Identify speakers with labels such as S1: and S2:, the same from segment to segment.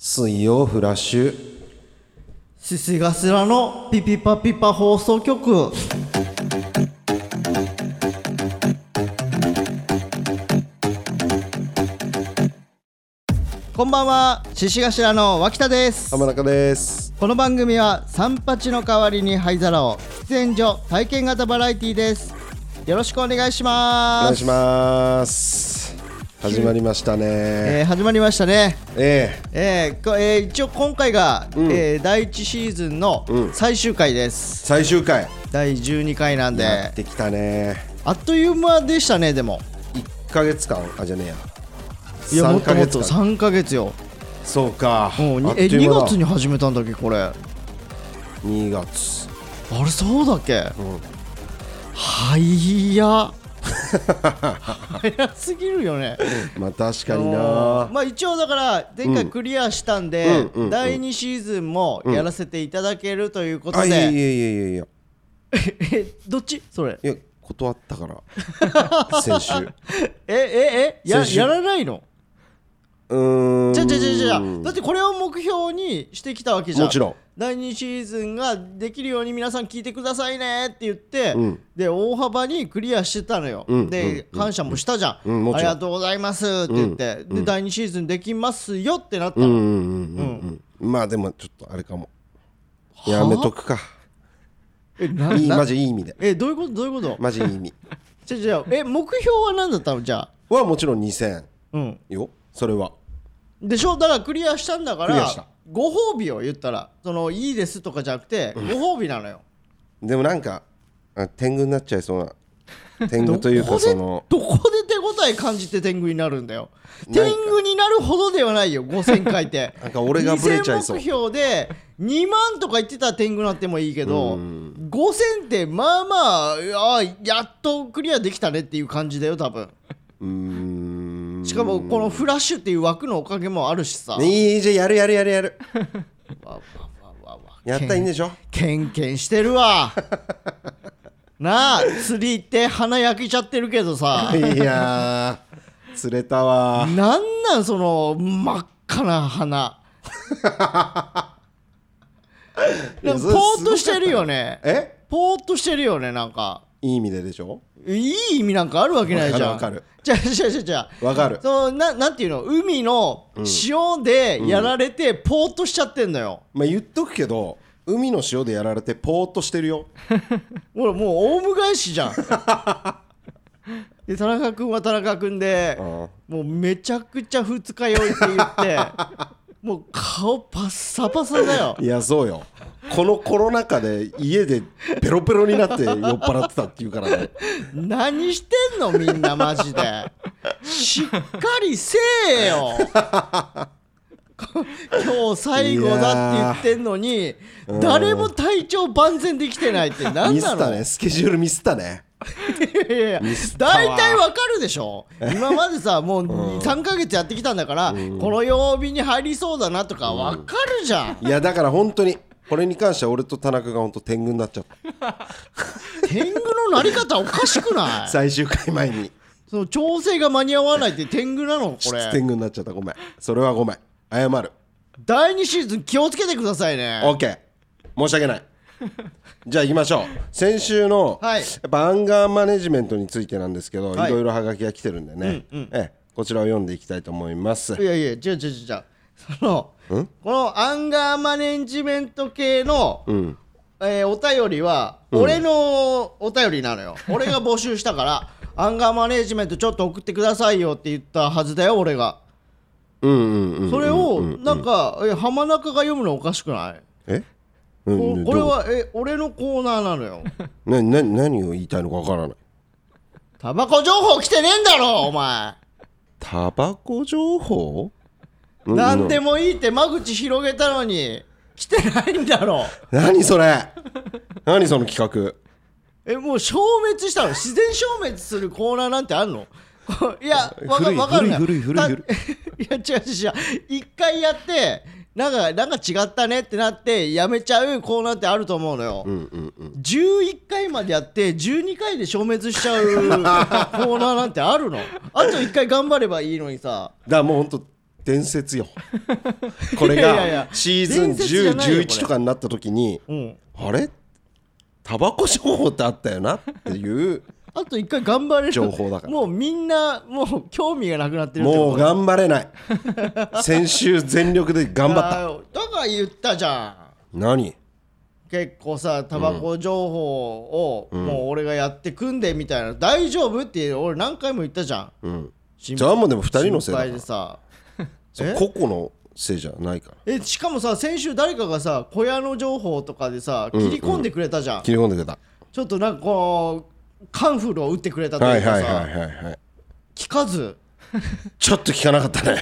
S1: 水曜フラッシュ
S2: 獅子頭のピピパピパ放送局。こんばんは、獅子頭の脇田です。
S1: 浜中です。
S2: この番組は三八の代わりに灰皿を、喫煙所体験型バラエティです。よろしくお願いします。
S1: お願いします。始まりましたね。
S2: 始まりましたね。一応今回が、第1シーズンの最終回です。
S1: 最終回
S2: 第12回なんで
S1: やってきたね。
S2: あっという間でしたね。でも
S1: 1ヶ月間じゃねえや、
S2: いやもっともっと
S1: 3
S2: 3ヶ月よ。
S1: そうか。
S2: もう2月に始めたんだっけこれ。
S1: 2月
S2: あれそうだっけ。早すぎるよね。
S1: まあ確かにな。
S2: まあ一応だから前回クリアしたんで、第2シーズンもやらせていただけるということで。
S1: いや
S2: どっちそれ。
S1: いや断ったから先週
S2: やらないの。じゃあだってこれを目標にしてきたわけじゃん。
S1: もちろん
S2: 第2シーズンができるように皆さん聞いてくださいねって言って、で大幅にクリアしてたのよ。で感謝もしたじゃん、ありがとうございますって言って、で第2シーズンできますよってなったの。
S1: まあでもちょっとあれかも、やめとくか。マジいい意味で。
S2: どういうこと
S1: マジいい意味
S2: じゃあ目標は何だったの。じゃあ
S1: はもちろん2000、よそれは
S2: でしょ。だからクリアしたんだから
S1: クリアした。
S2: ご褒美を言ったらいいですとかじゃなくて、ご褒美なのよ。
S1: でもなんか天狗になっちゃいそうな。天狗というか
S2: どこで手応え感じて天狗になるんだよ。天狗になるほどではないよ5000回って
S1: なんか俺がブレちゃいそう。
S2: 2000目標で2万とか言ってたら天狗になってもいいけど、5000ってまあまあやっとクリアできたねっていう感じだよ多分。しかもこのフラッシュっていう枠のおかげもあるしさ。
S1: いいじゃん、やるやったらいいんでしょ。
S2: ケンケンしてるわなあ、釣り行って鼻焼けちゃってるけどさ。
S1: いやー釣れたわ。
S2: なんその真っ赤な鼻なんかポーっとしてるよね。ポーっとしてるよね。なんか
S1: いい意味ででしょ。
S2: いい意味なんかあるわけないじゃん。
S1: わかる。
S2: じゃあ
S1: わかる。
S2: なんていうの、海の塩でやられてポーっとしちゃってんのよ。
S1: まあ言っとくけど海の塩でやられてポーっとしてるよ。
S2: ほらもうオウム返しじゃんで田中君は田中君でもうめちゃくちゃ二日酔いって言ってもう顔パッサパサだよ。
S1: いやそうよ、このコロナ禍で家でペロペロになって酔っ払ってたっていうからね。
S2: 何してんのみんなマジで。しっかりせえよ今日最後だって言ってんのに誰も体調万全できてないって何なの。
S1: ミスったね、スケジュールミスったね。
S2: いや大体わかるでしょ。今までさもう3ヶ月やってきたんだから、この曜日に入りそうだなとかわかるじゃん。
S1: いやだから本当にこれに関しては俺と田中が本当天狗になっちゃった。
S2: 天狗のなり方おかしくない
S1: 最終回前に
S2: その調整が間に合わないって天狗なのこれ。
S1: 天狗になっちゃった。ごめん、それはごめん、謝る。
S2: 第2シーズン気をつけてくださいね。
S1: OK、 申し訳ないじゃあ行きましょう。先週の、やっぱアンガーマネジメントについてなんですけど、いろいろハガキが来てるんでね、こちらを読んでいきたいと思います。
S2: いや違うこのアンガーマネジメント系の、お便りは俺のお便りなのよ。俺が募集したからアンガーマネジメントちょっと送ってくださいよって言ったはずだよ俺が。それをなんか浜中が読むのおかしくない？これは俺のコーナーなのよ。
S1: 何を言いたいのかわからない。
S2: タバコ情報来てねえんだろお前。
S1: タバコ情報？
S2: 何でもいいって間口広げたのに来てないんだろ。
S1: 何それ何その企
S2: 画。もう消滅したの。自然消滅するコーナーなんてあんの？いやわかるな。
S1: 古い。
S2: いや違う一回やってなんか違ったねってなってやめちゃうコーナーってあると思うのよ。11回までやって12回で消滅しちゃうコーナーなんてあるの？あと1回頑張ればいいのにさ。
S1: だからもうほんと伝説よこれがシーズン10、11とかになった時に、あれタバコ情報ってあったよなっていう
S2: あと一回頑張れる
S1: 情報だから
S2: もうみんなもう興味がなくなってるって
S1: もう頑張れない先週全力で頑張った
S2: だから言ったじゃ
S1: ん。何
S2: 結構さタバコ情報をもう俺がやってくんでみたいな、大丈夫って俺何回も言ったじゃん、
S1: じゃあもうでも2人のせいだから
S2: 心配でさ
S1: 個々のせいじゃないから
S2: しかもさ先週誰かがさ小屋の情報とかでさ切り込んでくれたじゃん、
S1: 切り込んでくれた
S2: ちょっとなんかこうカンフルを打ってくれたというかさ聞かず
S1: ちょっと聞かなかったね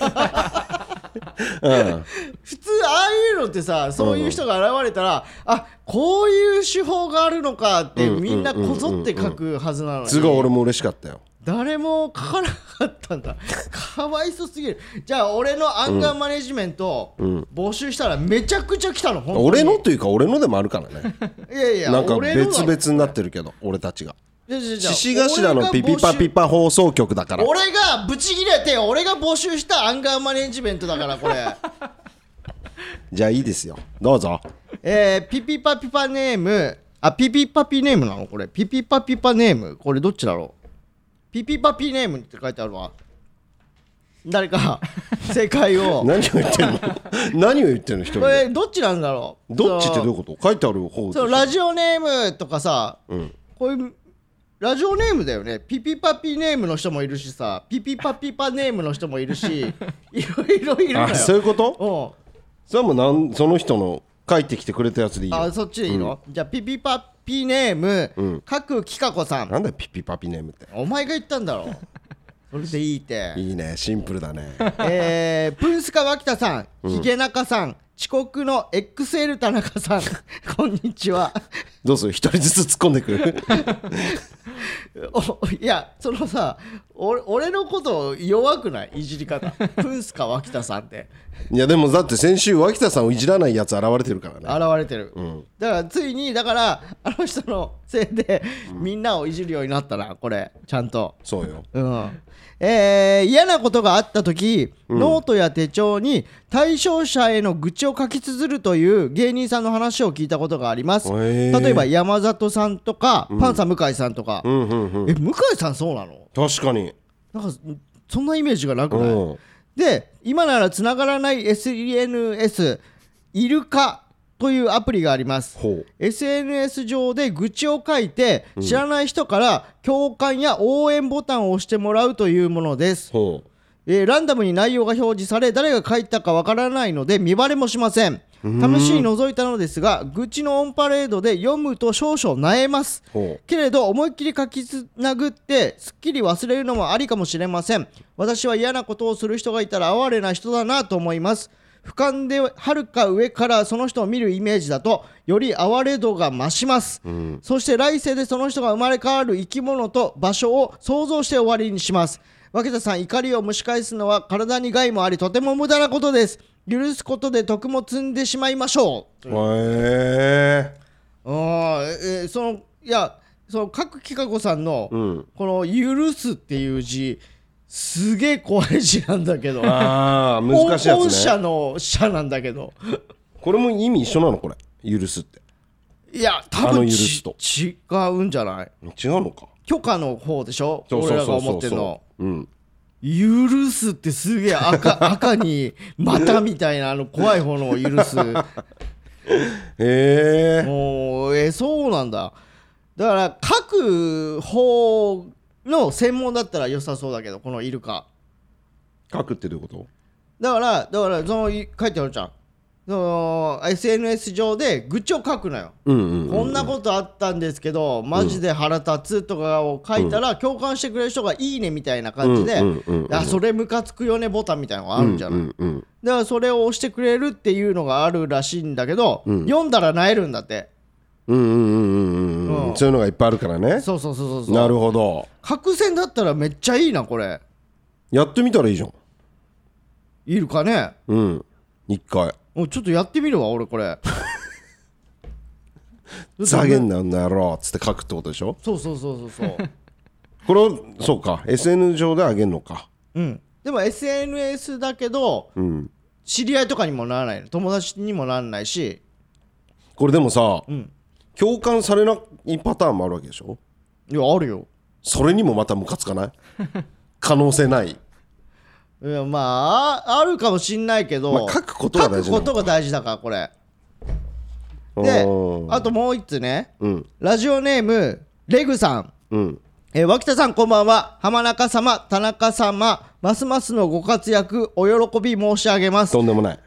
S2: 普通ああいうのってさそういう人が現れたら、あこういう手法があるのかってみんなこぞって書くはずなのに、
S1: すごい俺も嬉しかったよ。
S2: 誰も書かなかったんだかわいそすぎる。じゃあ俺のアンガーマネジメント募集したらめちゃくちゃ来たの、本当に
S1: 俺のというか俺のでもあるからね
S2: いやいや
S1: なんか別々になってるけど俺たちが獅子頭のピピパピパ放送局だから、
S2: 俺がブチギレて俺が募集したアンガーマネジメントだからこれ
S1: じゃあいいですよどうぞ。
S2: ピピパピパネーム、ピピパピネームなのこれ、ピピパピパネーム、これどっちだろう。ピピパピネームって書いてあるわ。誰か正解を
S1: 何を言ってんの何を言ってんの一人で。
S2: これどっちなんだろう。
S1: どっちってどういうこと。書いてある方
S2: そうラジオネームとかさ、こういうラジオネームだよね。ピピパピネームの人もいるしさ、ピピパピパネームの人もいるしいろいろいるのよ。
S1: あ、そういうこと。それはもうその人の書いてきてくれたやつでいいよ。
S2: そっちでいいの、じゃあピピパピネーム、角きかこさん。
S1: なんだよピピパピネームって。
S2: お前が言ったんだろそれでいいって。
S1: いいね、シンプルだね
S2: プンスカ脇田さん、ひげなかさん、遅刻の XL 田中さんこんにちは。
S1: どうする、一人ずつ突っ込んでくる
S2: いやそのさ、俺のこと弱くない、いじり方プンスカ脇田さんって。
S1: いやでもだって先週脇田さんをいじらないやつ現れてるからね。
S2: 現れてる、だからついにだからあの人のせいでみんなをいじるようになったなこれちゃんと。
S1: そうよ。
S2: 嫌なことがあった時、ノートや手帳に対象者への愚痴を書き綴るという芸人さんの話を聞いたことがあります。例えば山里さんとか、パンサー向井さんとか、向井さんそうなの。
S1: 確かに
S2: なんかそんなイメージがなくない。で今ならつながらない SNS イルカというアプリがあります。SNS 上で愚痴を書いて、知らない人から共感や応援ボタンを押してもらうというものです。ランダムに内容が表示され、誰が書いたかわからないので見バレもしません。試しに覗いたのですが、愚痴のオンパレードで読むと少々萎えます。けれど思いっきり書きつなぐってすっきり忘れるのもありかもしれません。私は嫌なことをする人がいたら哀れな人だなと思います。俯瞰ではるか上からその人を見るイメージだとより哀れ度が増します、そして来世でその人が生まれ変わる生き物と場所を想像して終わりにします。脇田さん、怒りを蒸し返すのは体に害もありとても無駄なことです。許すことで徳も積んでしまいましょう。その角きかこさんの、この許すっていう字すげえ怖い字なんだけど、
S1: 難しいやつね。
S2: 本社の社なんだけど
S1: これも意味一緒なのこれ、許すって。
S2: いや多分
S1: 許すと
S2: 違うんじゃない。
S1: 違うのか。
S2: 許可の方でしょ。俺らが思ってるの。許すってすげえ赤に股みたいな怖い方のを許すもうそうなんだ。だから書く方の専門だったら良さそうだけど、このイルカ
S1: 書くってどういうこと。
S2: だからその書いてあるじゃん、その SNS 上で愚痴を書くのよ、こんなことあったんですけどマジで腹立つとかを書いたら、共感してくれる人がいいねみたいな感じで、それムカつくよねボタンみたいなのがあるんじゃない、だからそれを押してくれるっていうのがあるらしいんだけど、読んだら萎えるんだって。
S1: そういうのがいっぱいあるからね。
S2: そう
S1: なるほど。
S2: 角線だったらめっちゃいいなこれ。
S1: やってみたらいいじゃん。
S2: いるかね。
S1: 一回
S2: ちょっとやってみるわ俺これ
S1: ざげんなうんだろっつって書くってことでしょ。
S2: そう
S1: これをそうか SN 上であげんのか。
S2: でも SNS だけど、うん、知り合いとかにもならないの、友達にもならないし。
S1: これでもさ、うん、共感されないパターンもあるわけでしょ。
S2: いやあるよ。
S1: それにもまたムカつかない可能性ない。
S2: いやまああるかもしんないけど、
S1: 書くことが大事なの。
S2: 書くことが大事だからこれで、あともう一つね、うん、ラジオネームレグさん、うん、脇田さんこんばんは。浜中様、田中様、ますますのご活躍お喜び申し上げます。
S1: とんでもない。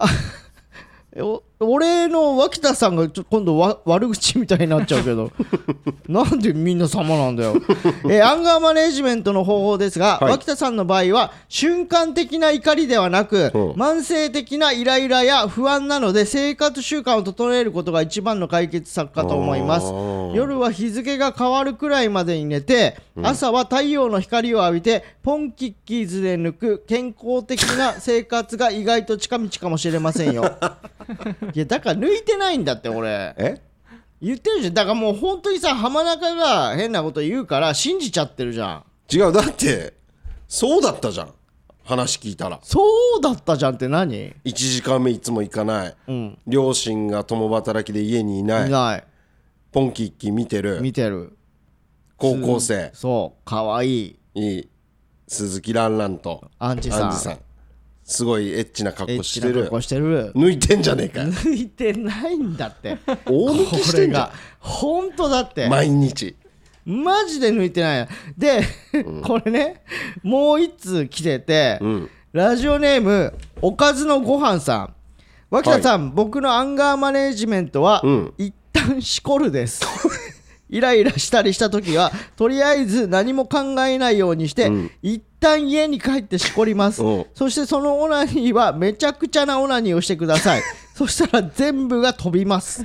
S2: 俺の脇田さんが今度悪口みたいになっちゃうけどなんでみんな様なんだよアンガーマネジメントの方法ですが、はい、脇田さんの場合は瞬間的な怒りではなく、慢性的なイライラや不安なので生活習慣を整えることが一番の解決策かと思います。夜は日付が変わるくらいまでに寝て、朝は太陽の光を浴びてポンキッキーズで抜く健康的な生活が意外と近道かもしれませんよいやだから抜いてないんだって俺。言ってるじゃん。だからもう本当にさ、浜中が変なこと言うから信じちゃってるじゃん。
S1: 違う、だってそうだったじゃん。話聞いたら
S2: そうだったじゃんって何。
S1: 1時間目いつも行かない、うん、両親が共働きで家にいない、ポンキッキ見てる高校生、
S2: そうかわい
S1: い鈴木蘭蘭と
S2: アンジさん
S1: すごいエッチな格好してる。
S2: 抜
S1: いてんじゃねえか。
S2: 抜いてないんだって
S1: 大抜きしてんじゃん。
S2: 本当だって
S1: 毎日
S2: マジで抜いてないで、うん、これねもう一通来てて、うん、ラジオネームおかずのごはんさん。脇田さん、はい、僕のアンガーマネジメントは、うん、一旦しこるですイライラしたりした時はとりあえず何も考えないようにして、うん、一旦家に帰ってしこります。そしてそのオナニーはめちゃくちゃなオナニーをしてくださいそしたら全部が飛びます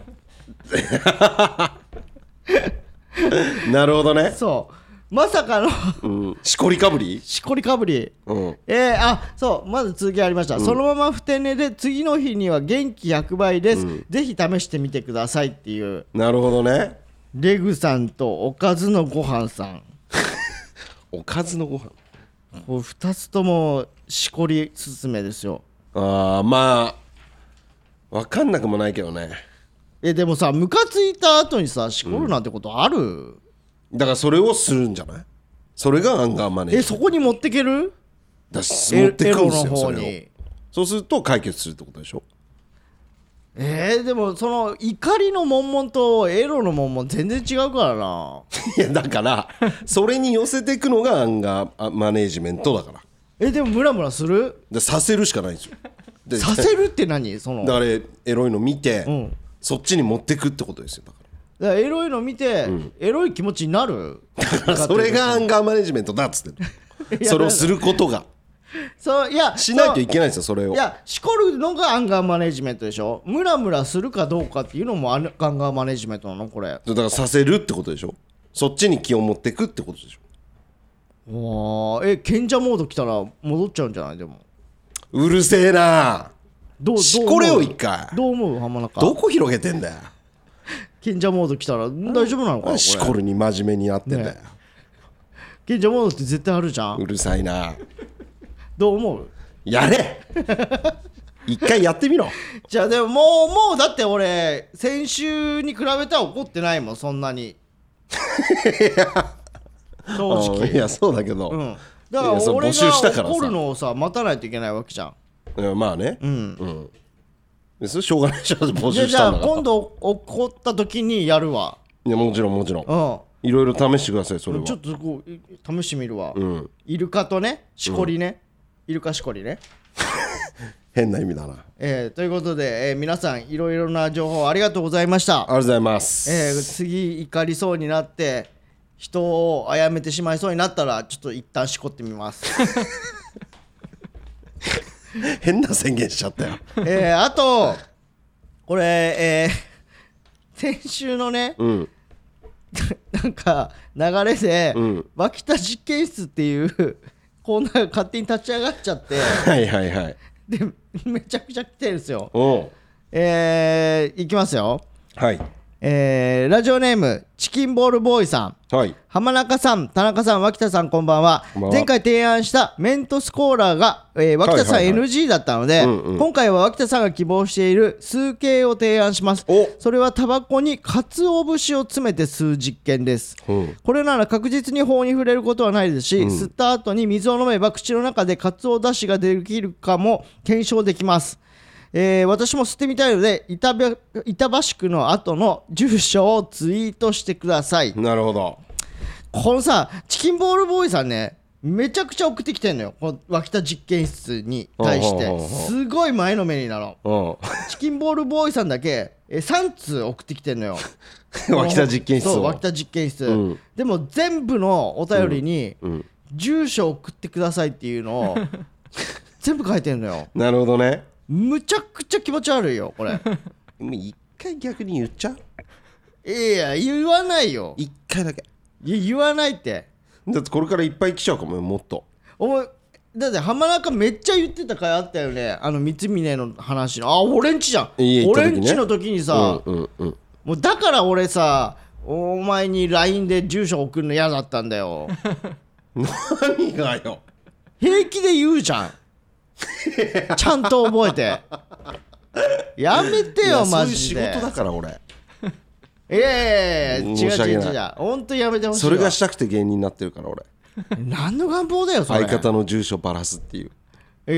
S1: なるほどね。
S2: そうまさかの
S1: うん、しこりかぶり、
S2: うん、そうまず続きありました、うん、そのままふて寝で次の日には元気100倍です、うん、ぜひ試してみてくださいっていう。
S1: なるほどね。
S2: レグさんとおかずのごはんさん
S1: おかずのごはん、
S2: これ2つともしこりすすめですよ。
S1: まあ分かんなくもないけどね。
S2: でもさムカついた後にさしこるなんてことある、うん、
S1: だからそれをするんじゃない。それがアンガーマネージ。
S2: そこに持ってける。
S1: 持ってくんですよそれを。そうすると解決するってことでしょ。
S2: でもその怒りの悶々とエロの悶々全然違うからな。
S1: いやだからそれに寄せていくのがアンガーマネージメントだから。
S2: でもムラムラする。
S1: させるしかないんですよ。
S2: させるって何。その
S1: だからエロいの見て、うん、そっちに持ってくってことですよ。だから
S2: エロいの見て、うん、エロい気持ちになる。
S1: だからそれがアンガーマネジメントだっつってそれをすることがいやしないといけないんですよ。それを
S2: しこるのがアンガーマネジメントでしょ。ムラムラするかどうかっていうのもアンガーマネジメントなのこれ。だ
S1: からさせるってことでしょ。そっちに気を持ってくってことでし
S2: ょ。賢者モード来たら戻っちゃうんじゃない。でも
S1: うるせえな。しこれよ一回。
S2: どう思う浜中。
S1: どこ広げてんだよ。
S2: 賢者モード来たら大丈夫なのかな。
S1: しこるに真面目にやってんだよ、ね、
S2: 賢者モードって絶対あるじゃん。
S1: うるさいな。
S2: どう思う。
S1: やれ一回やってみろ。
S2: じゃあでももうだって俺先週に比べたら怒ってないもんそんなに正直。
S1: いやそうだけど、うん、
S2: だから俺が怒るのをさ待たないといけないわけじゃん。
S1: まあね、うんうん、それしょうがないでしょ。募集したんだから。
S2: じゃあ今度怒った時にやるわ。
S1: いやもちろん、いろいろ試してください。それは
S2: ちょっとこう試してみるわ、うん、イルカとねしこりね、イルカしこりね
S1: 変な意味だな。
S2: ということで、皆さんいろいろな情報ありがとうございました。
S1: ありがとうございます。
S2: 次怒りそうになって人を殺めてしまいそうになったらちょっと一旦しこってみます
S1: 変な宣言しちゃったよ
S2: あとこれ、先週のね、うん、なんか流れで、うん、脇田実験室っていうコーナーが勝手に立ち上がっちゃって
S1: はいはいはい。
S2: でめちゃくちゃ来てるんですよ。いきますよ。
S1: はい。
S2: ラジオネームチキンボールボーイさん、
S1: はい、
S2: 浜中さん、田中さん、脇田さん、こんばんは。前回提案したメントスコーラが、脇田さん NG だったので、今回は脇田さんが希望している吸う系を提案します。それはタバコに鰹節を詰めて吸う実験です。これなら確実に法に触れることはないですし、吸った後に水を飲めば口の中で鰹出汁ができるかも検証できます。私も吸ってみたいので板橋区の後の住所をツイートしてください。
S1: なるほど。
S2: このさチキンボールボーイさんね、めちゃくちゃ送ってきてんのよ、この脇田実験室に対してすごい前のめりなの。チキンボールボーイさんだけ3通送ってきてんのよ
S1: 脇田実験室を。
S2: そう、脇田実験室、でも全部のお便りに、住所送ってくださいっていうのを全部書いてんのよ。
S1: なるほどね。
S2: むちゃくちゃ気持ち悪いよこれ。
S1: 一回逆に言っちゃう。
S2: いや言わないよ、
S1: 一回だけ。
S2: いや言わないって。
S1: だってこれからいっぱい来ちゃうかもよ、もっと。
S2: だって浜中めっちゃ言ってた回あったよね、三峰の話の。俺んちじゃん、俺んちの時にさ、もうだから俺さお前に LINE で住所送るの嫌だったんだよ。
S1: 何がよ。
S2: 平気で言うじゃんちゃんと覚えて。やめてよマジで。
S1: そういう仕事だから俺。
S2: 違う本当にやめてほしいわ。
S1: それがしたくて芸人になってるから俺。
S2: 何の願望だよそれ。
S1: 相方の住所バラすっていう。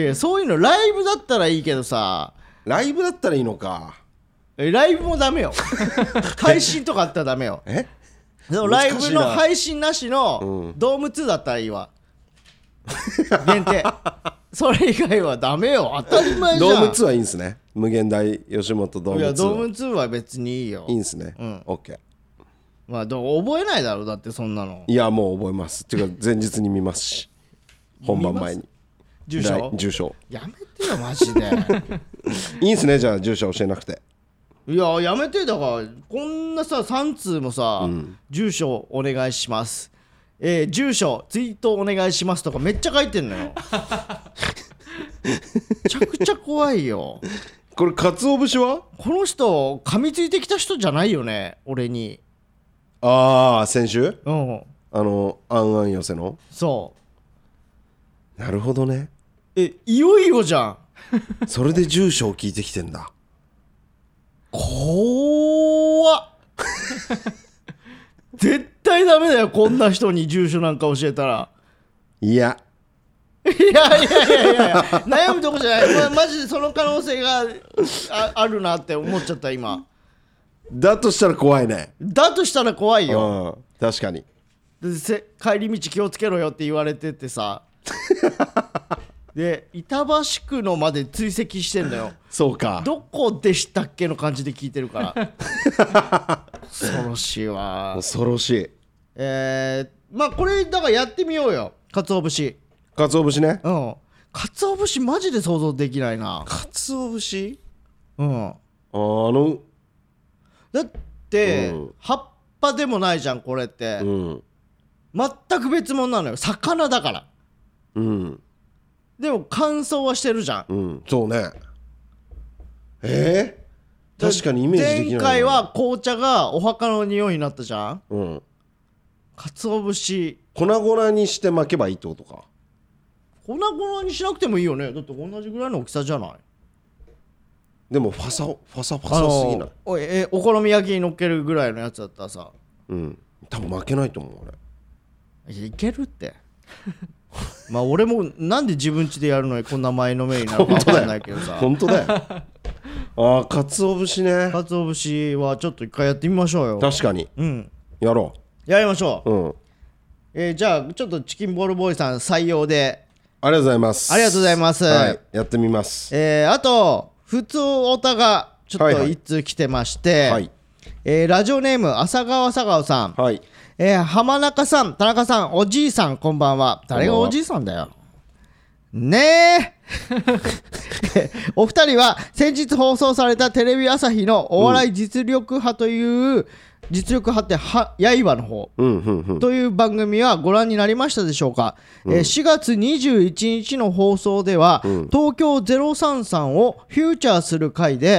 S2: そういうのライブだったらいいけどさ。
S1: ライブだったらいいのか。
S2: ライブもダメよ配信とかあったらダメよ。でもライブの配信なしのドーム2だったらいいわ、限定。それ以外はダメよ、当たり前じゃん。
S1: ドーム2はいいんすね。無限大吉本ドーム2。いや
S2: ドーム2は別にいいよ。
S1: いいんすね。オッケー。
S2: まあ覚えないだろだってそんなの。
S1: いやもう覚えます。っていうか前日に見ますし、本番前に。住所。
S2: やめてよマジで。
S1: いいんすね、じゃあ住所教えなくて。
S2: いややめて。だからこんなさ3通もさ、住所お願いします、住所ツイートお願いしますとかめっちゃ書いてんのよ。めちゃくちゃ怖いよ。
S1: これ鰹節は
S2: この人噛みついてきた人じゃないよね俺に。
S1: 先週あんあん寄せの。
S2: そう
S1: なるほどね。
S2: いよいよじゃん。
S1: それで住所を聞いてきてんだ。
S2: 怖っ絶対ダメだよこんな人に住所なんか教えたら。いや悩むとこじゃない、マジでその可能性が あるなって思っちゃった今。
S1: だとしたら怖いね。
S2: だとしたら怖いよ、
S1: 確かに。
S2: 帰り道気をつけろよって言われててさで板橋区のまで追跡してんだよ。
S1: そうか、
S2: どこでしたっけの感じで聞いてるから恐ろしいわ。
S1: 恐ろしい。
S2: まあこれだからやってみようよ。鰹節ね。鰹節マジで想像できないな。
S1: 鰹節
S2: だって、葉っぱでもないじゃんこれって、全く別物なのよ。魚だから。でも乾燥はしてるじゃん。
S1: そうね。確かにイメージできない。
S2: 前回は紅茶がお墓の匂いになったじゃん。鰹節
S1: 粉々にして巻けばいいってことか。
S2: 粉々にしなくてもいいよね。だって同じぐらいの大きさじゃない。
S1: でもファサすぎない？
S2: お好み焼きに乗っけるぐらいのやつだったらさ、
S1: 多分負けないと思う俺。
S2: いけるってまあ俺もなんで自分家でやるのにこんな前のめりになるか分かんないけどさ。
S1: 本当だよ鰹節ね。
S2: 鰹節はちょっと一回やってみましょうよ。
S1: 確かに。やろ
S2: う。やりましょう。じゃあちょっとチキンボールボーイさん採用で。
S1: ありがとうございます。
S2: ありがとうございます。
S1: やってみます。
S2: あと普通オタがちょっと一通来てまして、ラジオネーム朝川佐川さん、浜中さん、田中さん、おじいさん、こんばんは。誰がおじいさんだよねえお二人は先日放送されたテレビ朝日のお笑い実力派という、実力派って刃の方、という番組はご覧になりましたでしょうか。4月21日の放送では、東京033をフューチャーする回で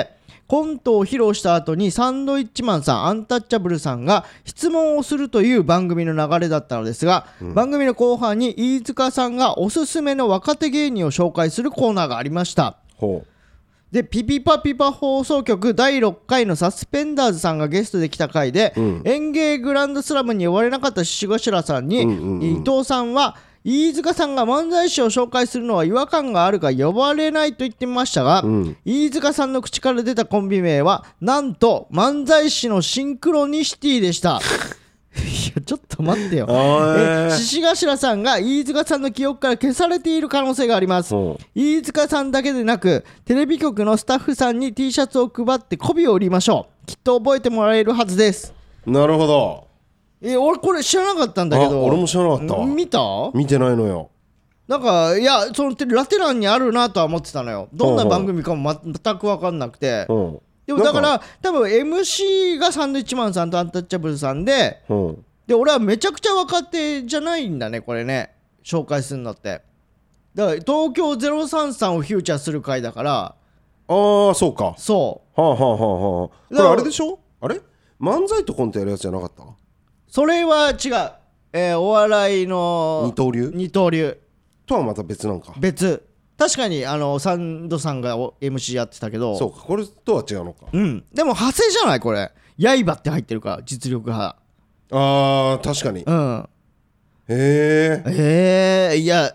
S2: コントを披露した後にサンドイッチマンさん、アンタッチャブルさんが質問をするという番組の流れだったのですが、番組の後半に飯塚さんがおすすめの若手芸人を紹介するコーナーがありました。でピピパピパ放送局第6回のサスペンダーズさんがゲストで来た回で、演芸グランドスラムに呼ばれなかった獅子頭さんに、伊藤さんは飯塚さんが漫才師を紹介するのは違和感があるが呼ばれないと言ってましたが、飯塚さんの口から出たコンビ名はなんと漫才師のシンクロニシティでしたいやちょっと待ってよ獅子頭さんが飯塚さんの記憶から消されている可能性があります。飯塚さんだけでなくテレビ局のスタッフさんに T シャツを配って媚びを売りましょう。きっと覚えてもらえるはずです。
S1: なるほど。
S2: 俺これ知らなかったんだけど。
S1: 俺も知らなかったわ。見てないのよ。
S2: なんかいやそのラテ欄にあるなとは思ってたのよ。どんな番組かも全く分かんなくて、でもだから多分 MC がサンドイッチマンさんとアンタッチャブルさんで、で俺はめちゃくちゃ若手じゃないんだねこれね、紹介するのって。だから東京033をフューチャーする回だから。
S1: そうか。
S2: そう
S1: これあれでしょ、あれ漫才とコントやるやつじゃなかった？
S2: それは違う、お笑いの二刀流
S1: とはまた別なんか。
S2: 別。確かにサンドさんが MC やってたけど。
S1: そうか、これとは違うのか。
S2: でも派生じゃないこれ。刃って入ってるから実力派。
S1: 確かに。
S2: いや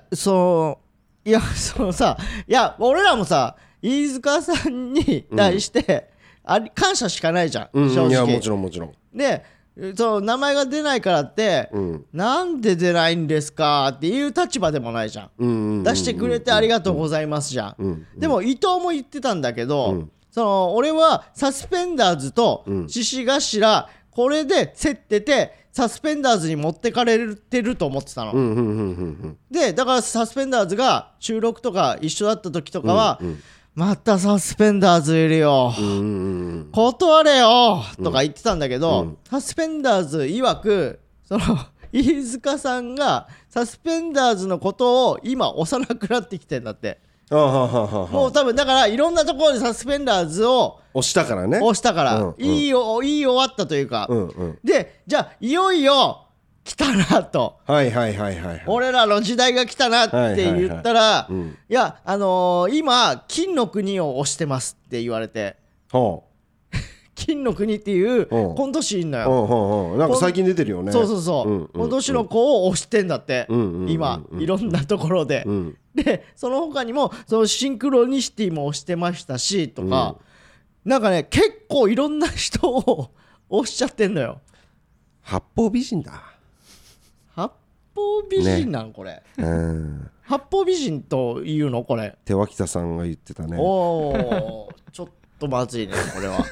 S2: さ、いや俺らもさ飯塚さんに対して、感謝しかないじゃん、正直。
S1: いやもちろん
S2: でその名前が出ないからって、なんで出ないんですかっていう立場でもないじゃん。出してくれてありがとうございますじゃん。でも伊藤も言ってたんだけど、その俺はサスペンダーズと獅子頭これで競っててサスペンダーズに持ってかれてると思ってたの。でだからサスペンダーズが収録とか一緒だった時とかは、またサスペンダーズいるよ、断れよとか言ってたんだけど、サスペンダーズ曰くその飯塚さんがサスペンダーズのことを今押さなくなってきてんだって。もう多分だからいろんなところでサスペンダーズを
S1: 押したからね。
S2: 言い終わったというか、でじゃあいよいよ来たなと、俺らの時代が来たなって言ったら、いや今金の国を推してますって言われて、金の国っていうコント師いんのよ。
S1: なんか最近出てるよね。
S2: そう今年の子を推してんだって、今いろんなところで。でその他にもそのシンクロニシティも推してましたしとか、なんかね結構いろんな人を推しちゃってんのよ。
S1: 八方美人だ。
S2: 八方美人なん、これ。八方美人というのこれ。
S1: 手脇田さんが言ってたね。
S2: ちょっとまずいねこれは。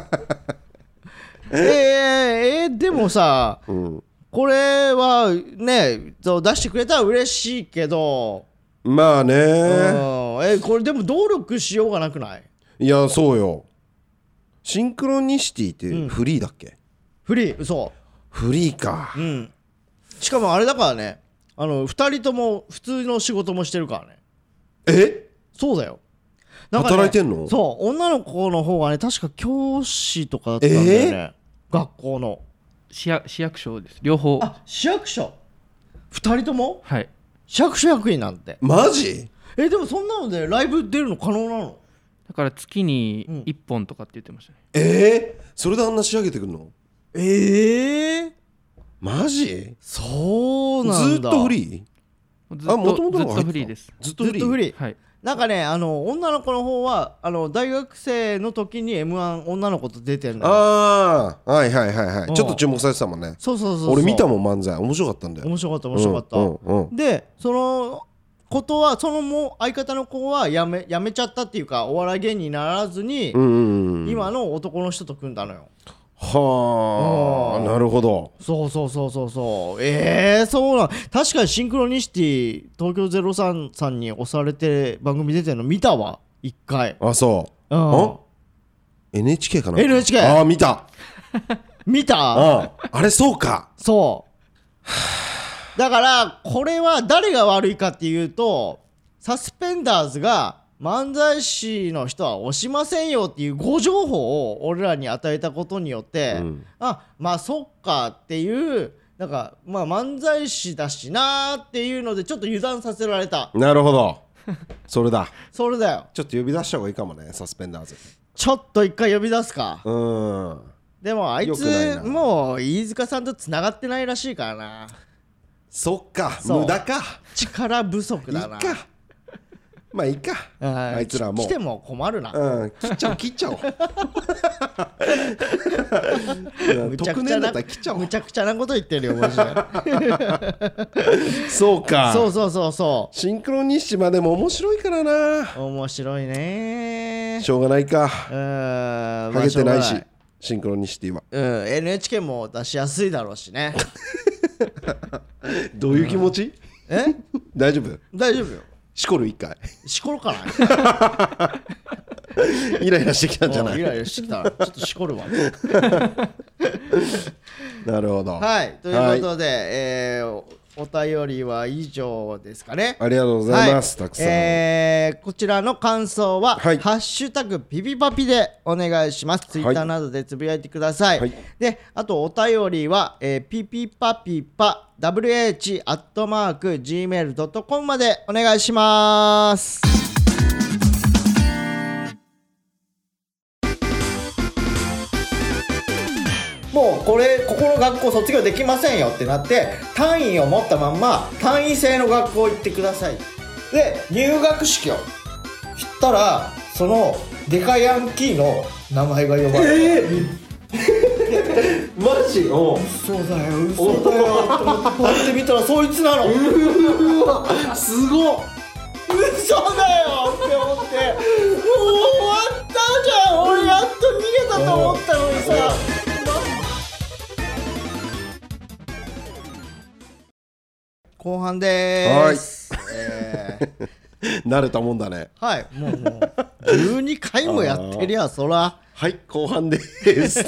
S2: でもさ、これはね出してくれたら嬉しいけど。
S1: まあね
S2: これでも努力しようがなくない？
S1: いやそうよ。シンクロニシティってフリーだっけ？
S2: フリー、そう
S1: フリーか。
S2: しかもあれだからね、2人とも普通の仕事もしてるからね。そうだよ。なんかね、
S1: 働いてんの？
S2: そう女の子の方がね確か教師とかだったんだよね、学校の
S3: 市役所です。両方。
S2: 市役所2人とも？
S3: はい。
S2: 市役所役員なんて。
S1: マジ？
S2: でもそんなのでライブ出るの可能なの？
S3: だから月に1本とかって言ってましたね。
S1: それであんな仕上げてくるの？マジ？
S2: そうなんだ。
S1: ずっとフリー？
S3: ずっとフリーです。
S1: ずっとフリー。
S3: はい。
S2: なんかね女の子の方は大学生の時に M1 女の子と出てるのよ。
S1: はいちょっと注目されてたもんね。
S2: そう
S1: 俺見たもん漫才。面白かったんだよ。
S2: 面白かった、でそのことはそのもう相方の子はやめちゃったっていうかお笑い芸人にならずに、今の男の人と組んだのよ。
S1: なるほど。
S2: そうそうなん。確かにシンクロニシティ東京033に押されて番組出てるの見たわ1回。
S1: そう。NHK かな。
S2: NHK
S1: 見たあれそうか。
S2: だからこれは誰が悪いかっていうとサスペンダーズが漫才師の人は押しませんよっていう誤情報を俺らに与えたことによって、まあそっかっていうなんかまあ漫才師だしなーっていうのでちょっと油断させられた。
S1: なるほどそれだ
S2: よちょっ
S1: と呼び出した方がいいかもね、サスペンダーズ。
S2: ちょっと一回呼び出すか。でもあいつもう飯塚さんとつながってないらしいからな。
S1: そっか無駄か、
S2: 力不足だな。
S1: いいかまあいいか、あいつらもう
S2: 来ても困るな。
S1: 切っちゃおう
S2: むちゃくちゃなこと言ってるよマジで
S1: そうか
S2: そう
S1: シンクロニシマでも面白いからな。
S2: 面白いね。
S1: しょうがないか。ハゲてないしシンクロニシティは、
S2: NHK も出しやすいだろうしね
S1: どういう気持ち？大丈夫よ。しこる一回
S2: しこるかな
S1: イライラしてきたんじゃない？
S2: イライラしてきた。ちょっとしこるわ
S1: なるほど。
S2: はいということで、お便りは以上ですかね。
S1: ありがとうございます、たくさん。
S2: こちらの感想は、ハッシュタグピピパピでお願いします。ツイッターなどでつぶやいてください。であとお便りは、ピピパピパ wh@gmail.com までお願いします。もうここの学校卒業できませんよってなって単位を持ったまんま単位制の学校行ってください。で入学式をしたらそのデカヤンキーの名前が呼ばれる。
S1: マジ？
S2: 嘘だよと思ってパッて見たらそいつなの。
S1: うわすごっ。
S2: 嘘だよって思ってもう終わったじゃん。俺やっと逃げたと思ったのにさ。後半でーす。
S1: 慣れたもんだね。
S2: はいもう12回もやってりゃそら
S1: はい後半でーす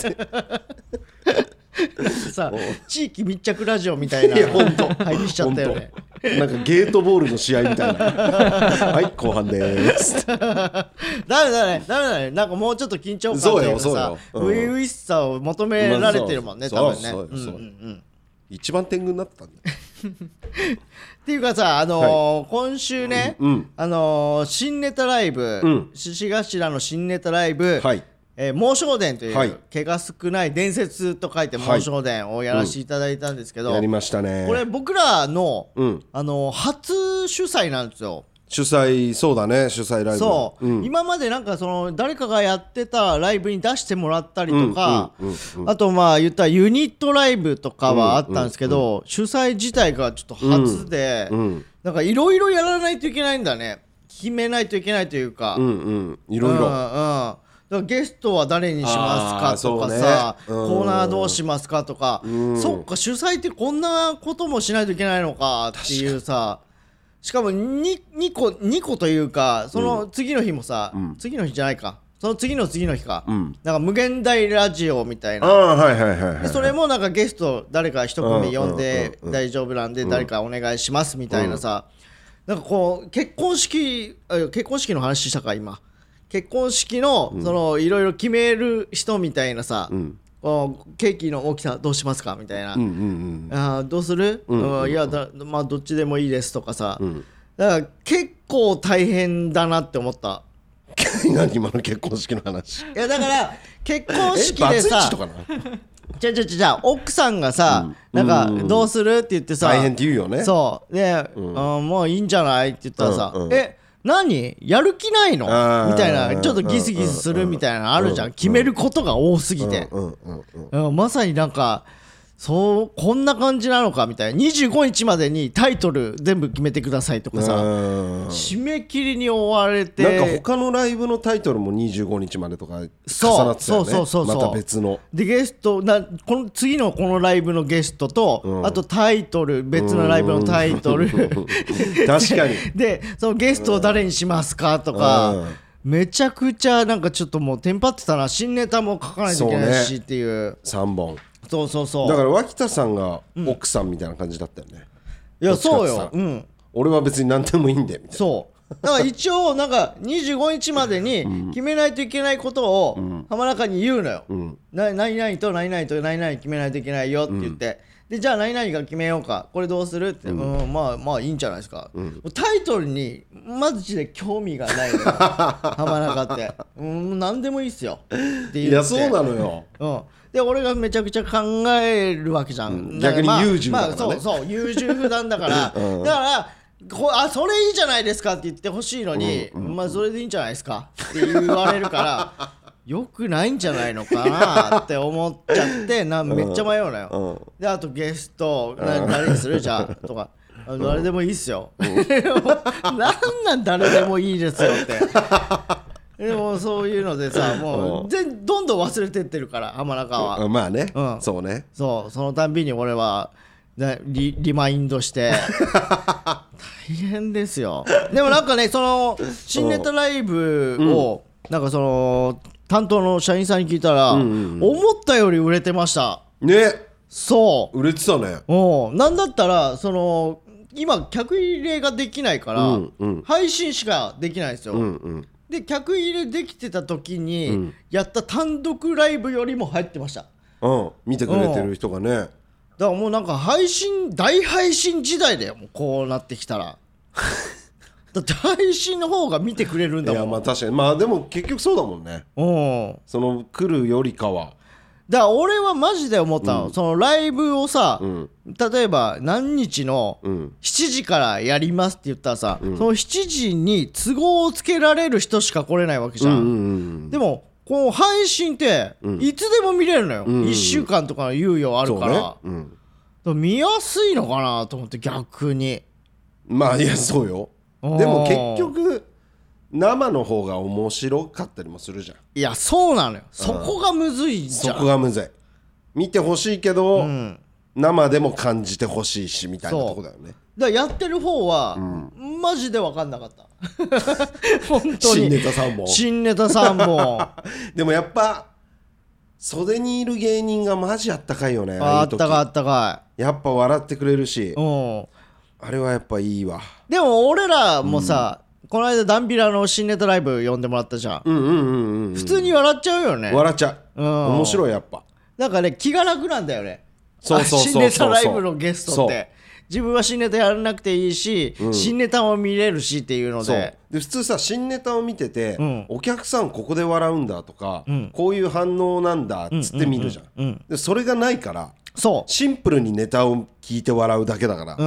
S2: さ地域密着ラジオみたいな入りしちゃったよね。
S1: なんかゲートボールの試合みたいなはい後半でーすダ
S2: メだねなんかもうちょっと緊張感というかさ初々しさを求められてるもんね多分ね。
S1: 一番天狗になってたんだ
S2: っていうかさ今週ね新ネタライブ獅子頭の新ネタライブ猛将伝という毛が少ない伝説と書いて猛将伝をやらせていただいたんですけど、
S1: やりましたね。
S2: これ僕らの初主催なんですよ。
S1: 主催そうだね主催ライブ
S2: そう、今までなんかその誰かがやってたライブに出してもらったりとかあとまあ言ったらユニットライブとかはあったんですけど主催自体がちょっと初でなんかいろいろやらないといけないんだね。決めないといけないというか
S1: いろいろ
S2: だからゲストは誰にしますかとかさ、コーナーどうしますかとかそっか主催ってこんなこともしないといけないのかっていうさ。しかも2個というかその次の日もさ、次の日じゃないかその次の日か、なんか無限大ラジオみたいなそれもなんかゲスト誰か一組呼んで大丈夫なんで誰かお願いしますみたいなさ、なんかこう結婚式の話したか今結婚式のそのいろいろ決める人みたいなさ、ケーキの大きさどうしますかみたいな、どうする、いやまあどっちでもいいですとかさ、だから結構大変だなって思った。
S1: 何今の結婚式の話。い
S2: やだから結婚式でさじゃあ奥さんがさ、なんかどうするって言ってさ
S1: 大変って言うよね。
S2: そうで、もういいんじゃないって言ったらさ、何やる気ないのみたいなちょっとギスギスするみたいなのあるじゃん。決めることが多すぎてまさになんかこんな感じなのかみたいな。25日までにタイトル全部決めてくださいとかさ締め切りに追われて
S1: なんか他のライブのタイトルも25日までとか重なってたよね。そうまた別の
S2: でゲストこの次のこのライブのゲストと、あとタイトル別のライブのタイトル
S1: 確かに
S2: でそのゲストを誰にしますかとかめちゃくちゃなんかちょっともうテンパってたな。新ネタも書かないといけないしっていう
S1: 3本
S2: そう
S1: だから脇田さんが奥さんみたいな感じだったよね。
S2: いやそうよ
S1: 俺は別に何でもいいんでみたいな。
S2: そうだから一応なんか25日までに決めないといけないことを浜中に言うのよ、何々と何々と何々決めないといけないよって言って、でじゃあ何々が決めようか、これどうするって、まあいいんじゃないですか、タイトルにマジで興味がないのよ浜中って何でもいいっすよって言って。
S1: いやそうなのよ、
S2: で俺がめちゃくちゃ考えるわけじゃん、
S1: 逆に優柔だからね、
S2: そう優柔不断だからだからそれいいじゃないですかって言ってほしいのに、それでいいんじゃないですかって言われるからよくないんじゃないのかなって思っちゃってめっちゃ迷うのよ、であとゲスト誰にするじゃんとか誰でもいいっすよなん誰でもいいですよってでもそういうのでさもうどんどん忘れてってるから浜中は、
S1: まあね、そうね、
S2: そのたんびに俺はリマインドして大変ですよ。でもなんかねその新ネタライブをなんかその担当の社員さんに聞いたら思ったより売れてました
S1: ね。
S2: そう
S1: 売れてたね。
S2: なんだったらその今客入れができないから配信しかできないんですよ、で客入れできてた時にやった単独ライブよりも入ってました、
S1: 見てくれてる人がね、
S2: だからもうなんか大配信時代だよ、もうこうなってきたらだって配信の方が見てくれるんだもん。
S1: いやまあ確かに、まあでも結局そうだもんね、その来るよりかは。
S2: だから俺はマジで思ったの、そのライブをさ、例えば何日の7時からやりますって言ったらさ、その7時に都合をつけられる人しか来れないわけじゃん、でもこの配信っていつでも見れるのよ、1週間とかの猶予あるから、だから見やすいのかなと思って逆に。
S1: まあいやそうよ、でも結局生の方が面白かったりもするじゃん。
S2: いやそうなのよ、そこがむずいじゃん。
S1: そこがむずい、見てほしいけど、生でも感じてほしいしみたいなとこだよね。
S2: だからやってる方は、マジで分かんなかった本当に
S1: 新ネタさんもでもやっぱ袖にいる芸人がマジあったかいよね。
S2: あったか
S1: い、やっぱ笑ってくれるし、あれはやっぱいいわ。
S2: でも俺らもさ、この間ダンビラの新ネタライブ呼んでもらったじゃん、普通に笑っちゃうよね。
S1: 笑っちゃう、面白い。やっぱ
S2: なんかね気が楽なんだよね。
S1: そう
S2: 新ネタライブのゲストって自分は新ネタやらなくていいし、新ネタも見れるしっていうので、
S1: で普通さ新ネタを見てて、お客さんここで笑うんだとか、こういう反応なんだっつって見るじゃん、でそれがないからシンプルにネタを聞いて笑うだけだから、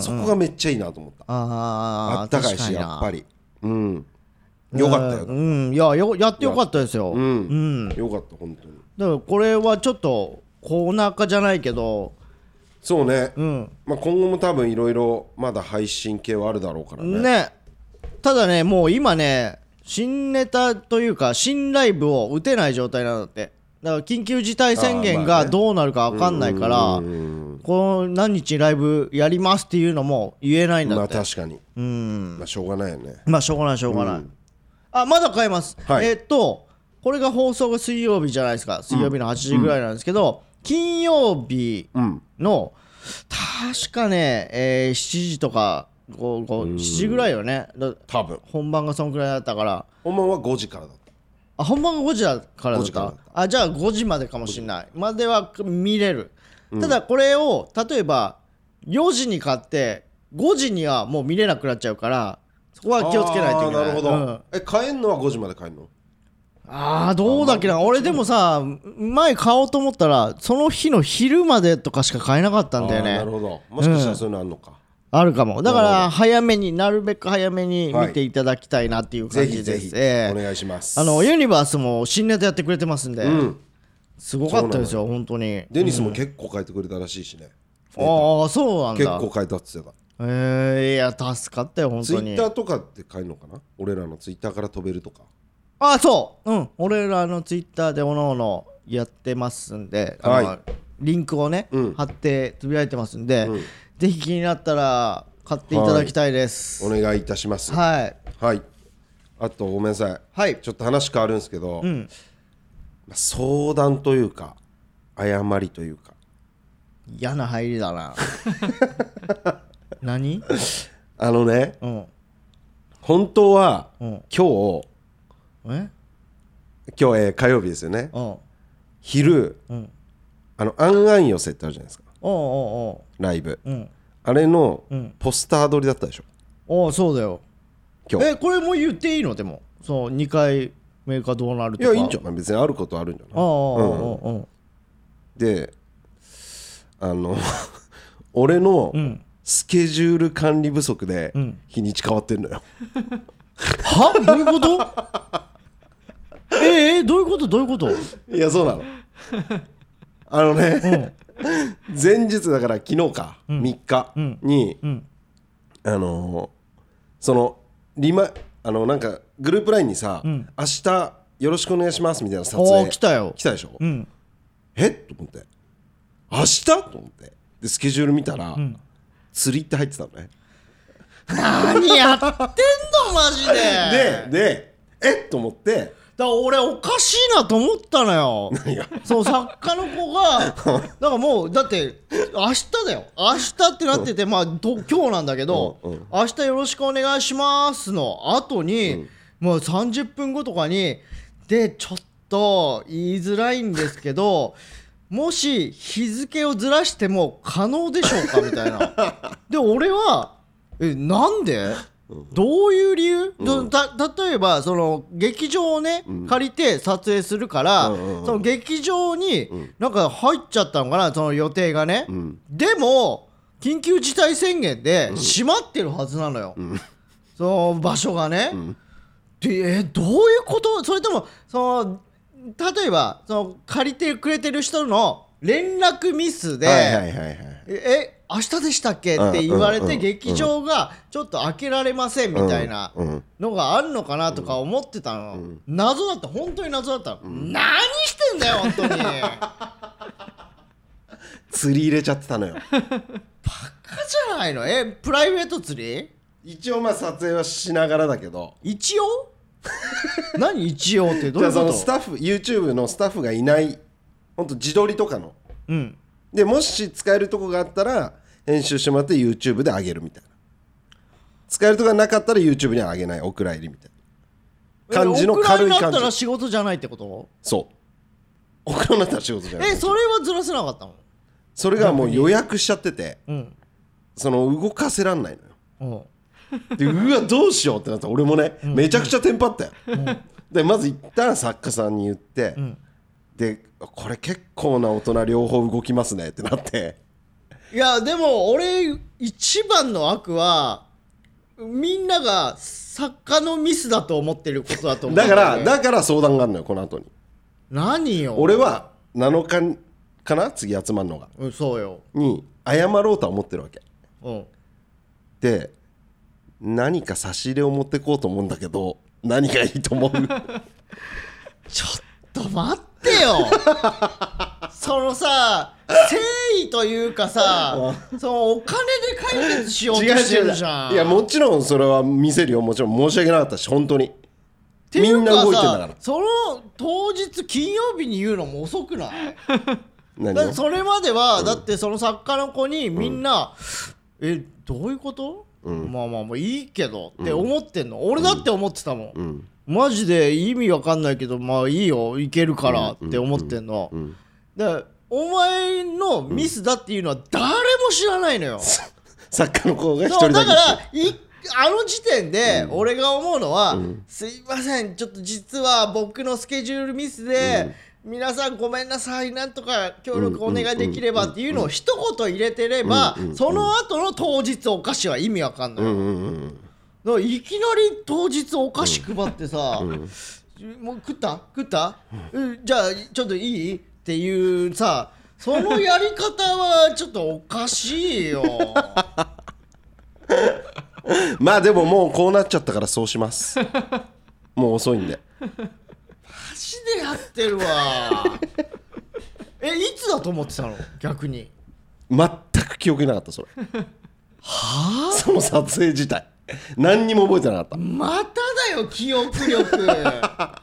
S1: そこがめっちゃいいなと思った。あったかいしやっぱりよかったよ。
S2: いややってよかったですよ。
S1: よかった本当に。
S2: だからこれはちょっとコーナー化じゃないけど、
S1: そうね、まあ、今後も多分いろいろまだ配信系はあるだろうからね。
S2: ただねもう今ね新ネタというか新ライブを打てない状態なんだって。だから緊急事態宣言がどうなるか分かんないから、この何日ライブやりますっていうのも言えないんだって。
S1: まあ確かに、まあしょうがないよね。
S2: まあしょうがない、あまだ買えます、これが放送が水曜日じゃないですか。水曜日の8時ぐらいなんですけど、金曜日の確かね、7時とか7時ぐらいよね。
S1: 多分
S2: 本番がそんくらいだったから。
S1: 本番は5時からだった。
S2: 本番が5時だからだった。じゃあ5時までかもしれないまでは見れる、ただこれを例えば4時に買って5時にはもう見れなくなっちゃうから、そこは気をつけないといけない。
S1: なるほど、買えんのは5時まで買えんの？
S2: どうだっけな。俺でもさ前買おうと思ったらその日の昼までとかしか買えなかったんだよね。
S1: なるほど、もしかしたらそういうのあんのか、
S2: あるかも。だからなるべく早めに見ていただきたいなっていう感じです。
S1: ぜひお願いします。
S2: ユニバースも新ネタやってくれてますんで、すごかったですよ本当に。
S1: デニスも結構書いてくれたらしいしね。
S2: そうなんだ。
S1: 結構書いたって言ってた。
S2: いや助かったよ本当に。
S1: ツイッターとかって書いるのかな。俺らのツイッターから飛べるとか。
S2: 俺らのツイッターでおのおのやってますんで、リンクをね、貼ってつぶやいてますんで、ぜひ気になったら買っていただきたいです。
S1: お願いいたします。あとごめんなさい、ちょっと話変わるんですけど、相談というか謝りというか
S2: 嫌な入りだな何？
S1: 本当は、今日火曜日ですよね。昼、あんあん寄せってあるじゃないですか、ライブ、あれのポスター撮りだったでしょ。
S2: そうだよ。今日これも言っていいの？でもそう2回目かどうなるとか。
S1: いやいいんじゃない？別にあることあるんじゃない？で俺のスケジュール管理不足で日にち変わってんのよ。
S2: は？どういうこと？どういうことどういうこと？
S1: いやそうなの。前日だから昨日か、3日に、そのなんかグループ LINE にさ、明日よろしくお願いしますみたいな撮影
S2: 来たよ。
S1: 来たでしょ。と思って明日と思ってでスケジュール見たら、釣りって入ってたのね。
S2: 何やってんのマジで。
S1: でと思って、
S2: だから俺おかしいなと思ったのよ。そう作家の子がだからもうだって明日だよ、明日ってなってて、今日なんだけど、明日よろしくお願いしますの後に、もう30分後とかにでちょっと言いづらいんですけどもし日付をずらしても可能でしょうかみたいな。で俺はなんでどういう理由、例えばその劇場をね、借りて撮影するから、その劇場になんか入っちゃったのかな、その予定がね、でも緊急事態宣言で閉まってるはずなのよ、その場所がね、でどういうこと？それともその例えばその借りてくれてる人の連絡ミスで明日でしたっけって言われて劇場がちょっと開けられませんみたいなのがあるのかなとか思ってたの。謎だった、本当に謎だった。何してんだよ本当に。
S1: 釣り入れちゃってたのよ。
S2: バカじゃないの。プライベート釣り？
S1: 一応撮影はしながらだけど。
S2: 一応？何一応ってどういうこと？
S1: じゃあそのスタッフ YouTube のスタッフがいない本当自撮りとかの、でもし使えるとこがあったら編集してもらって YouTube で上げるみたいな。使えるとこがなかったら YouTube には上げない、お蔵入りみたいな感じの軽い感じ。
S2: お蔵入りになったら仕事じゃないってこと？
S1: そう、お蔵になったら仕事じゃない。
S2: それはずらせなかったの？
S1: それがもう予約しちゃってて、その動かせらんないのよ。でうわどうしようってなったら俺もね、めちゃくちゃテンパったよ。でまず一旦作家さんに言って、でこれ結構な大人両方動きますねってなって。
S2: いやでも俺一番の悪はみんなが作家のミスだと思ってることだと思う。だ
S1: から相談があるのよこの後に。
S2: 何よ。
S1: 俺は7日かな次集まるのが、
S2: そうよ
S1: に謝ろうとは思ってるわけ、で何か差し入れを持ってこうと思うんだけど何がいいと思う？
S2: ちょっと待ってよ。そのさ誠意というかさそのお金で解決しようとしてるじゃん。
S1: いやもちろんそれは見せるよ、もちろん申し訳なかったし本当に。みんな動いてんだから。
S2: その当日金曜日に言うのも遅くない？
S1: 何
S2: それまでは、だってその作家の子にみんな、どういうこと？まあまあまあいいけどって思ってんの。俺だって思ってたもん、マジで意味わかんないけどまあいいよいけるからって思ってんの、でお前のミスだっていうのは誰も知らないのよ、
S1: 作家の子が一人だけ。
S2: だからあの時点で俺が思うのは、すいませんちょっと実は僕のスケジュールミスで、皆さんごめんなさいなんとか協力お願いできればっていうのを一言入れてれば、その後の当日お菓子は意味わかんない、だからいきなり当日お菓子配ってさ、もう食った、じゃあちょっといいっていうさ、そのやり方はちょっとおかしいよ。
S1: まあでももうこうなっちゃったからそうします。もう遅いんで。
S2: マジでやってるわ。いつだと思ってたの逆に。
S1: 全く記憶になかったそれ。はあ？その撮影自体何にも覚えてなかった。
S2: まただよ記憶力。こうな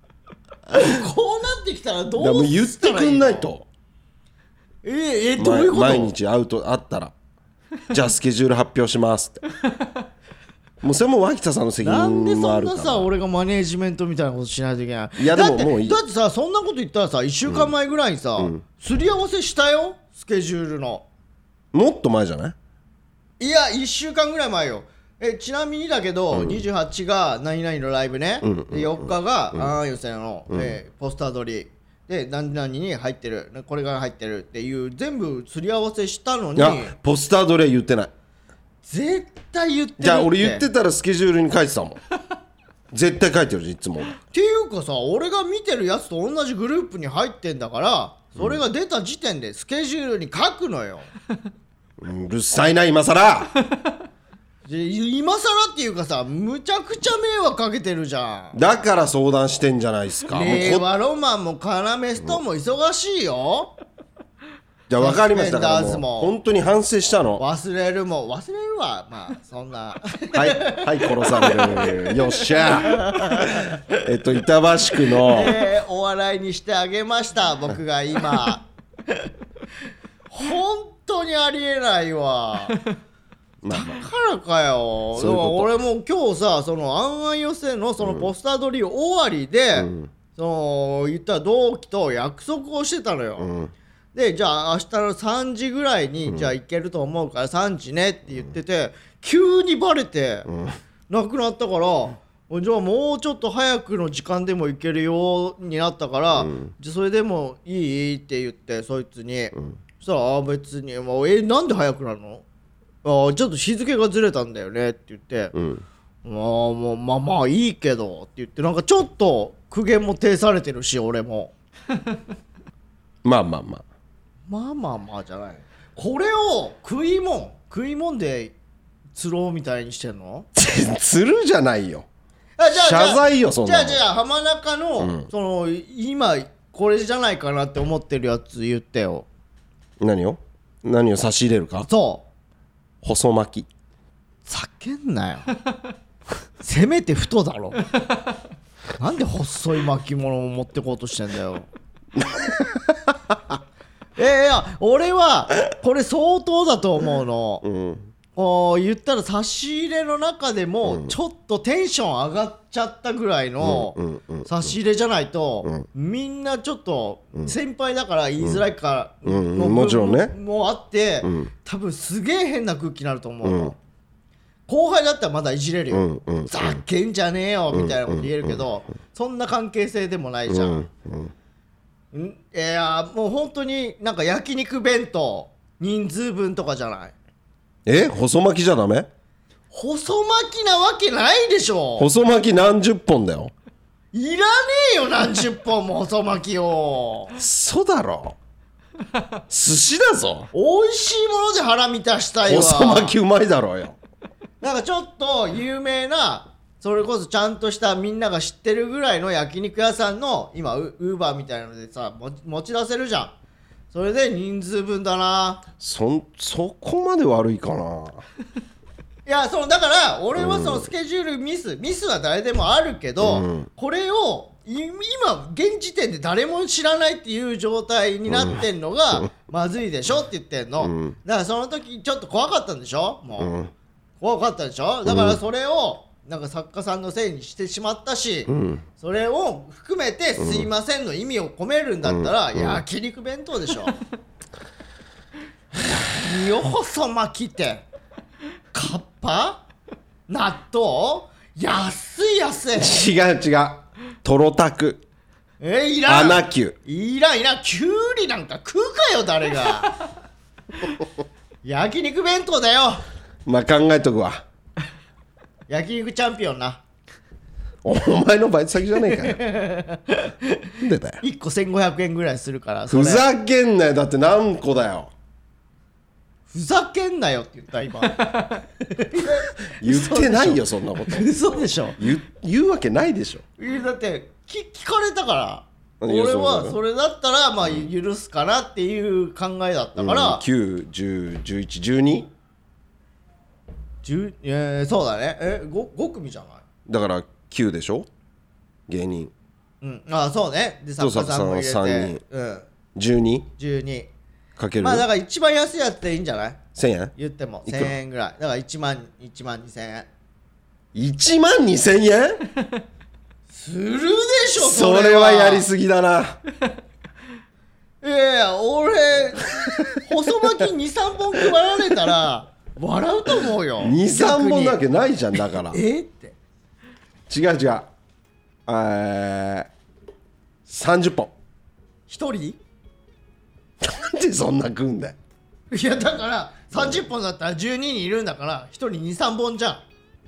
S2: ってきたらどうしたらいいの？もう
S1: 言ってくんないと。
S2: どういうこと？
S1: 毎日会ったらじゃあスケジュール発表しますって。 もうそれも脇田さんの責任もあるから。
S2: なんでそんなさ俺がマネージメントみたいなことしないといけない。
S1: いやでももういい。
S2: だってさそんなこと言ったらさ1週間前ぐらいにさ、すり合わせしたよスケジュールの。
S1: もっと前じゃない？
S2: いや1週間ぐらい前よ。ちなみにだけど、28が何々のライブね、で4日が予選の、ポスター撮りで何々に入ってるこれが入ってるっていう全部すり合わせしたのに。
S1: いやポスター撮りは言ってない。
S2: 絶対言ってるって。
S1: じゃあ俺言ってたらスケジュールに書いてたもん。絶対書いてるじゃんいつも。
S2: っていうかさ俺が見てるやつと同じグループに入ってんだからそれが出た時点でスケジュールに書くのよ。
S1: うるさいな今さら。
S2: 今更っていうかさむちゃくちゃ迷惑かけてるじゃん。
S1: だから相談してんじゃないですか。
S2: 令和ロマンもカナメストも忙しいよ。
S1: じゃあ分かりましたからもう本当に反省したの。
S2: 忘れるわまあそんな
S1: はい殺されるよっしゃ。板橋区の、
S2: お笑いにしてあげました僕が今。本当にありえないわ。だからかよ。俺も今日さそのあん予選のそのポスター撮り終わりで、その言ったら同期と約束をしてたのよ、でじゃあ明日の3時ぐらいに、じゃあ行けると思うから3時ねって言ってて、急にバレて、なくなったから、じゃあもうちょっと早くの時間でも行けるようになったから、じゃあそれでもいいって言ってそいつに、そしたら別にもうなんで早くなるの？ちょっと日付がずれたんだよねって言って、もうまあいいけどって言ってなんかちょっと苦言も呈されてるし俺も
S1: まあ
S2: じゃない。これを食いもんで釣ろうみたいにしてんの？
S1: 釣るじゃないよ。
S2: 謝
S1: 罪よそんなの。
S2: じゃあ浜中の、その今これじゃないかなって思ってるやつ言ってよ。
S1: 何を差し入れるか？
S2: そう
S1: 細巻き。
S2: 叫んなよ。せめて太だろ。なんで細い巻物を持ってこうとしてんだよ。いや俺はこれ相当だと思うの、言ったら差し入れの中でもちょっとテンション上がっちゃったぐらいの差し入れじゃないと、みんなちょっと先輩だから言いづらいからの
S1: もちろんね
S2: もあって、多分すげえ変な空気になると思うの、後輩だったらまだいじれるよ、ざけんじゃねえよみたいなこと言えるけど、そんな関係性でもないじゃん。いやもう本当になんか焼肉弁当人数分とかじゃない。
S1: 細巻きじゃダメ？
S2: 細巻きなわけないでしょ。
S1: 細巻き何十本だよ。
S2: いらねえよ何十本も細巻きを。
S1: そうだろ。寿司だぞ。
S2: 美味しいもので腹満たしたいわ。
S1: 細巻きうまいだろうよ。
S2: なんかちょっと有名なそれこそちゃんとしたみんなが知ってるぐらいの焼肉屋さんの今ウーバーみたいなのでさ持ち出せるじゃん。それで人数分だな。
S1: そこまで悪いかな。
S2: いやだから俺はそのスケジュールミスは誰でもあるけど、これを今現時点で誰も知らないっていう状態になってんのがまずいでしょって言ってんの、だからその時ちょっと怖かったんでしょ。もう、怖かったでしょ。だからそれをなんか作家さんのせいにしてしまったし、それを含めてすいませんの意味を込めるんだったら、焼肉弁当でしょ。何よ細巻きってカッパ納豆安い
S1: 違うトロタク
S2: いらん
S1: アナキュ
S2: いらんキュウリなんか食うかよ誰が。焼肉弁当だよ。
S1: まあ考えとくわ。
S2: 焼肉チャンピオンな。
S1: お前のバイト先じゃねえかよ。なんでだよ。
S2: 1個1500円ぐらいするから。
S1: ふざけんなよ。だって何個だよ。
S2: ふざけんなよって言った今。
S1: 言ってないよそんなこと。
S2: 嘘でしょ。
S1: 言うわけないでしょ。
S2: だって聞かれたから。俺はそれだったらまあ許すかなっていう考えだったから、
S1: 9、10、11、12？
S2: そうだね。5組じゃない。
S1: だから9でしょ芸人。
S2: そうね。で作家さんも入れて
S1: 3人、12かける。
S2: まあだから一番安いやつでいいんじゃない？
S1: 1000円
S2: 言っても1000円ぐらいだから1万2000円。
S1: 1万2000円
S2: するでしょ。
S1: それはやりすぎだな。
S2: いやいや、俺細巻き 2,3 本配られたら笑うと思うよ。
S1: 2,3 本だけないじゃん。だから
S2: って
S1: 違う30本。
S2: 一人
S1: なんでそんな食うんだよ。
S2: いやだから30本だったら12人いるんだから1人 2,3 本じゃん。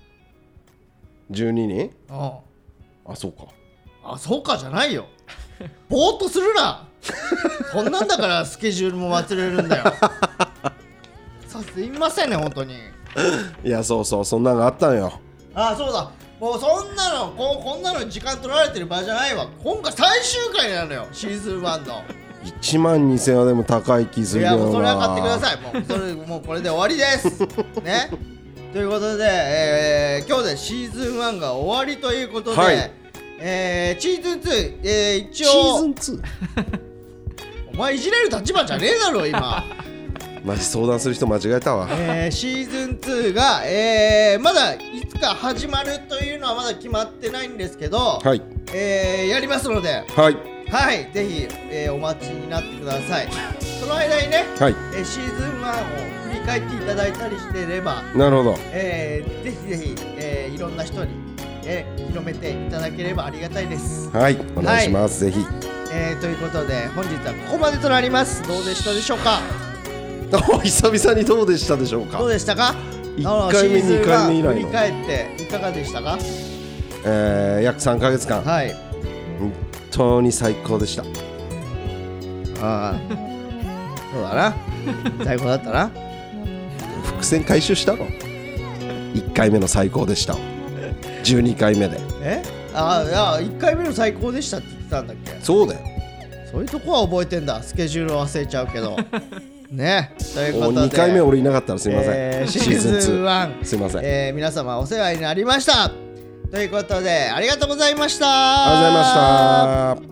S1: 12人？
S2: あ
S1: そうか。
S2: そうかじゃないよ。ぼーっとするな。そんなんだからスケジュールも忘れるんだよ。すいませんね本当に。
S1: いやそうそんなのあったのよ。
S2: そうだ、もうそんなのこんなの時間取られてる場合じゃないわ。今回最終回なのよ、シーズン1の。
S1: 1万2000円はでも高い気するよな。
S2: いやもうそれは買ってください。もうこれで終わりですね。ということで、今日でシーズン1が終わりということで、
S1: はい、
S2: シーズン2、一応
S1: シーズン 2？
S2: お前いじれる立場じゃねえだろ今。
S1: マジ相談する人間違えたわ。
S2: シーズン2が、まだいつか始まるというのはまだ決まってないんですけど、
S1: はい、
S2: やりますので、
S1: はい、
S2: ぜひ、お待ちになってください。その間にね、
S1: はい、
S2: シーズン1を振り返っていただいたりしていれば、
S1: なるほど、
S2: ぜひぜひ、いろんな人に、広めていただければありがたいです。
S1: はい、お願いします、ぜひ。
S2: ということで本日はここまでとなります。どうでしたでしょうか。
S1: 久々にどうでしたでしょうか。
S2: どうでしたか。
S1: 1回目2回目以来の
S2: 振り返っていかがでしたか。
S1: 約3ヶ月間、本当に最高でした。
S2: そうだな。最高だったな。
S1: 伏線回収したの。1回目の最高でした。12回目で。
S2: いや1回目の最高でしたって言ってたんだっけ。
S1: そうだよ。
S2: そういうとこは覚えてんだ。スケジュール忘れちゃうけどね。ということで
S1: 2回目俺いなかったらすみません、
S2: シーズン1
S1: すいません、
S2: 皆様お世話になりましたということでありがとうございました。
S1: ありがとうございました。